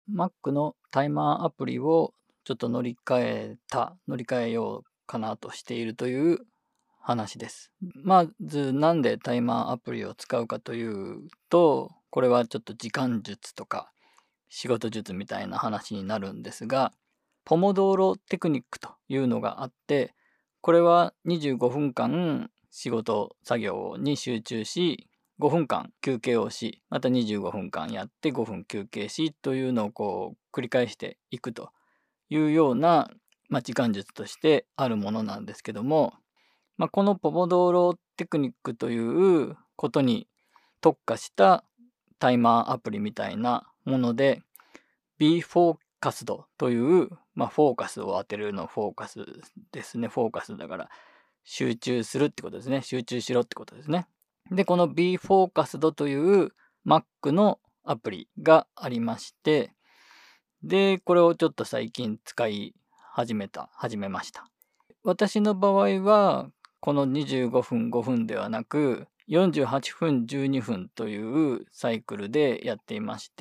Mac のタイマーアプリをちょっと乗り換えようかなとしているという話です。まずなんでタイマーアプリを使うかというと、これはちょっと時間術とか仕事術みたいな話になるんですが、ポモドーロテクニックというのがあって、これは25分間仕事作業に集中し、5分間休憩をし、また25分間やって5分休憩しというのを繰り返していくというような、時間術としてあるものなんですけども、このポモドーロテクニックということに特化したタイマーアプリみたいなもので、B フォーカスドという、フォーカスを当てるのフォーカスですね。フォーカスだから集中するってことですね。集中しろってことですね。で、この B フォーカスドという Mac のアプリがありまして、で、これをちょっと最近使い始めました。私の場合は、この25分5分ではなく、48分12分というサイクルでやっていまして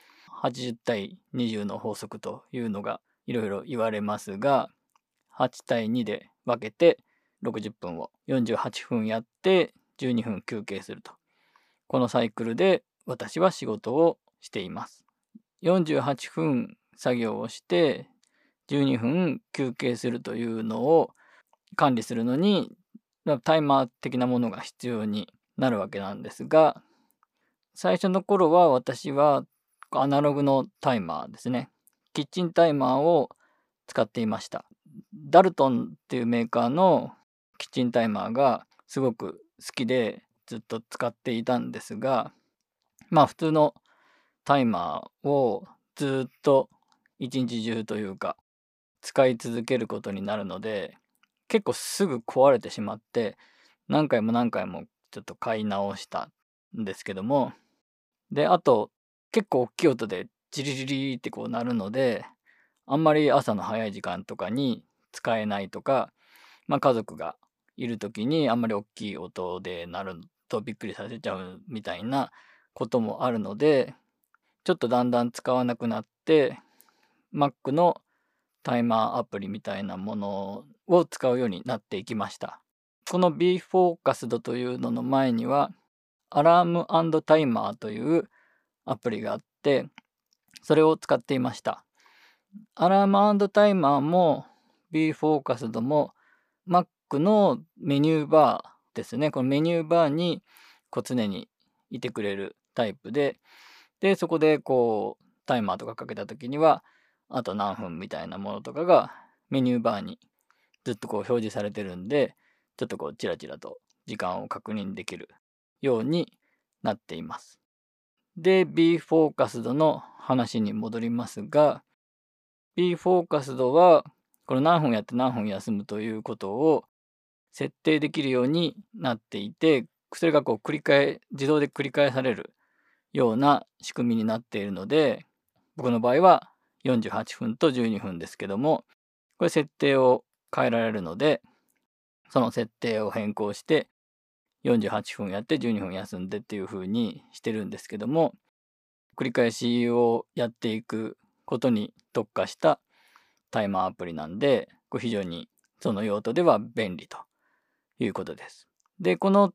、80対20の法則というのがいろいろ言われますが、8対2で分けて60分を48分やって12分休憩すると。このサイクルで私は仕事をしています。48分作業をして12分休憩するというのを管理するのにタイマー的なものが必要になるわけなんですが、最初の頃は私はアナログのタイマーですね。キッチンタイマーを使っていました。ダルトンっていうメーカーのキッチンタイマーがすごく好きでずっと使っていたんですが、普通のタイマーをずっと一日中というか使い続けることになるので、結構すぐ壊れてしまって何回もちょっと買い直したんですけども、で、あと結構大きい音でジリジリって鳴るので、あんまり朝の早い時間とかに使えないとか、家族がいる時にあんまり大きい音で鳴るとびっくりさせちゃうみたいなこともあるので、ちょっとだんだん使わなくなって、Mac のタイマーアプリみたいなものを使うようになっていきました。この B フォーカスドというのの前には、アラーム&タイマーというアプリがあって、それを使っていました。アラーム&タイマーも B フォーカスドも Mac のメニューバーですね。このメニューバーに常にいてくれるタイプで、そこでタイマーとかかけた時にはあと何分みたいなものとかがメニューバーにずっと表示されてるんで、ちょっとチラチラと時間を確認できるようになっています。で、B フォーカスドの話に戻りますが、B フォーカスドはこの何分やって何分休むということを設定できるようになっていて、それが自動で繰り返されるような仕組みになっているので、僕の場合は48分と12分ですけども、これ設定を変えられるので、その設定を変更して48分やって12分休んでっていう風にしてるんですけども、繰り返しをやっていくことに特化したタイマーアプリなんで、非常にその用途では便利ということです。で、この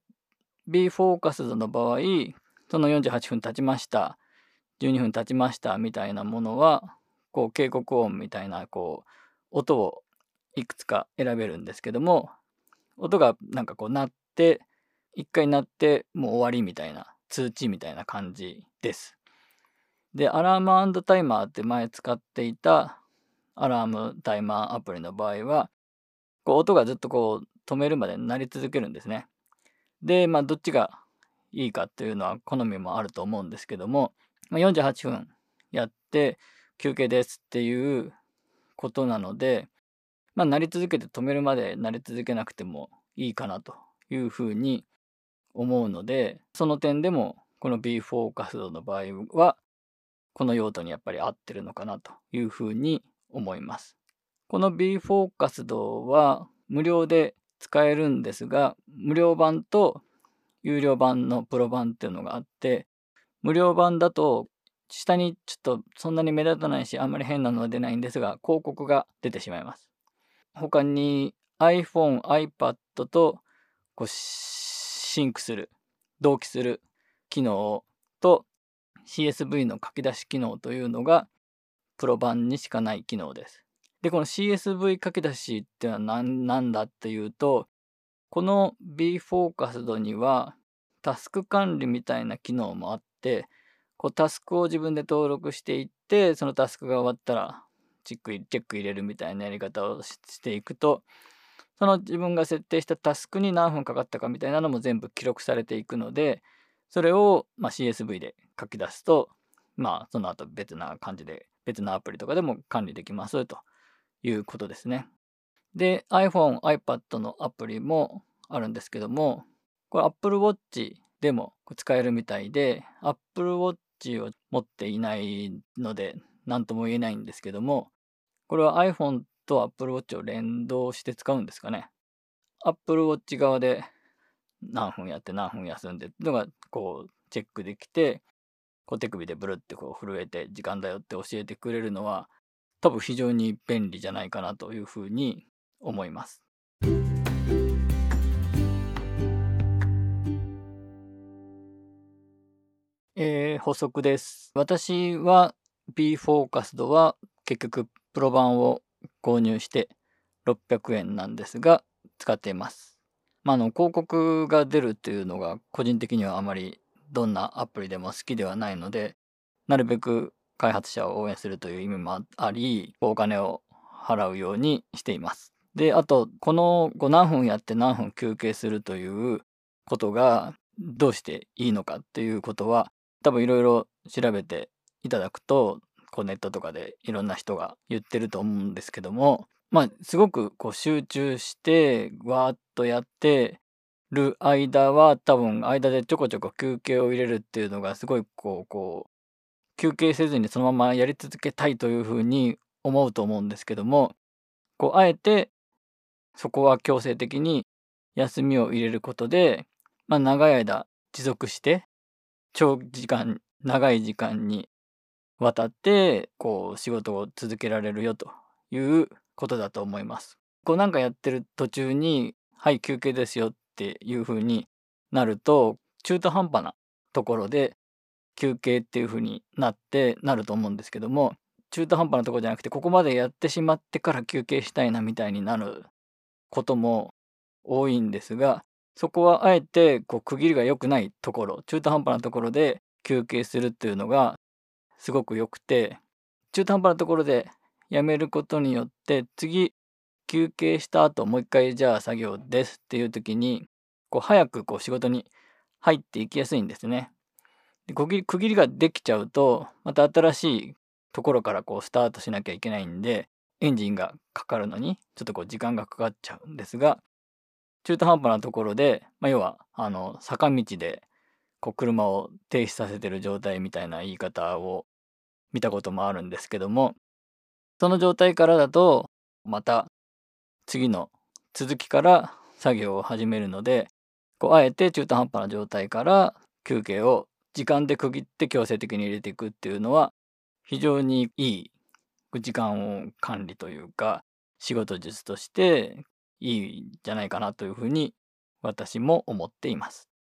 B フォーカスドの場合、その48分経ちました、12分経ちましたみたいなものは、警告音みたいな音をいくつか選べるんですけども、音が鳴って、一回鳴ってもう終わりみたいな通知みたいな感じです。で、アラーム&タイマーって前使っていたアラームタイマーアプリの場合は、音がずっと止めるまで鳴り続けるんですね。で、どっちがいいかっていうのは好みもあると思うんですけども、48分やって休憩ですっていうことなので、鳴り続けて止めるまで鳴り続けなくてもいいかなというふうに思うので、その点でもこの B フォーカスドの場合はこの用途にやっぱり合ってるのかなというふうに思います。この B フォーカスドは無料で使えるんですが、無料版と有料版のプロ版っていうのがあって、無料版だと下にちょっとそんなに目立たないし、あんまり変なのは出ないんですが、広告が出てしまいます。他に iPhone、iPad とこうシンクする、同期する機能と CSV の書き出し機能というのがプロ版にしかない機能です。で、この CSV 書き出しっていうのは何だっていうと、この BFocused にはタスク管理みたいな機能もあって、こうタスクを自分で登録していって、そのタスクが終わったらチェック入れるみたいなやり方をしていくと、その自分が設定したタスクに何分かかったかみたいなのも全部記録されていくので、それをCSV で書き出すと、その後別な感じで別のアプリとかでも管理できますということですね。で、iPhone、iPad のアプリもあるんですけども、これ Apple Watch でも使えるみたいで、Apple Watch を持っていないので何とも言えないんですけども、これは iPhone と Apple Watch を連動して使うんですかね。Apple Watch 側で何分やって何分休んでっていうのがこうチェックできて、こう手首でブルってこう震えて時間だよって教えてくれるのは多分非常に便利じゃないかなというふうに思います。補足です。私は BFocused は結局プロ版を購入して600円なんですが使っています。広告が出るっていうのが個人的にはあまりどんなアプリでも好きではないので、なるべく開発者を応援するという意味もあり、お金を払うようにしています。で、あと、この何分やって何分休憩するということがどうしていいのかっていうことは、多分いろいろ調べていただくと、ネットとかでいろんな人が言ってると思うんですけども、すごく集中してわーっとやってる間は多分間でちょこちょこ休憩を入れるっていうのがすごい休憩せずにそのままやり続けたいというふうに思うと思うんですけども、あえてそこは強制的に休みを入れることで、長い間持続して長い時間にわたって仕事を続けられるよということだと思います。なんかやってる途中にはい休憩ですよっていう風になると中途半端なところで休憩っていう風になると思うんですけども、中途半端なところじゃなくてここまでやってしまってから休憩したいなみたいになることも多いんですが、そこはあえて区切りが良くないところ、中途半端なところで休憩するっていうのがすごく良くて、中途半端なところでやめることによって次休憩した後もう一回じゃあ作業ですっていう時に早く仕事に入っていきやすいんですね。で区切りができちゃうとまた新しいところからスタートしなきゃいけないんで、エンジンがかかるのにちょっと時間がかかっちゃうんですが、中途半端なところで、要は坂道で車を停止させてる状態みたいな言い方を見たこともあるんですけども、その状態からだとまた次の続きから作業を始めるので、あえて中途半端な状態から休憩を時間で区切って強制的に入れていくっていうのは非常にいい時間を管理というか仕事術としていいんじゃないかなというふうに私も思っています。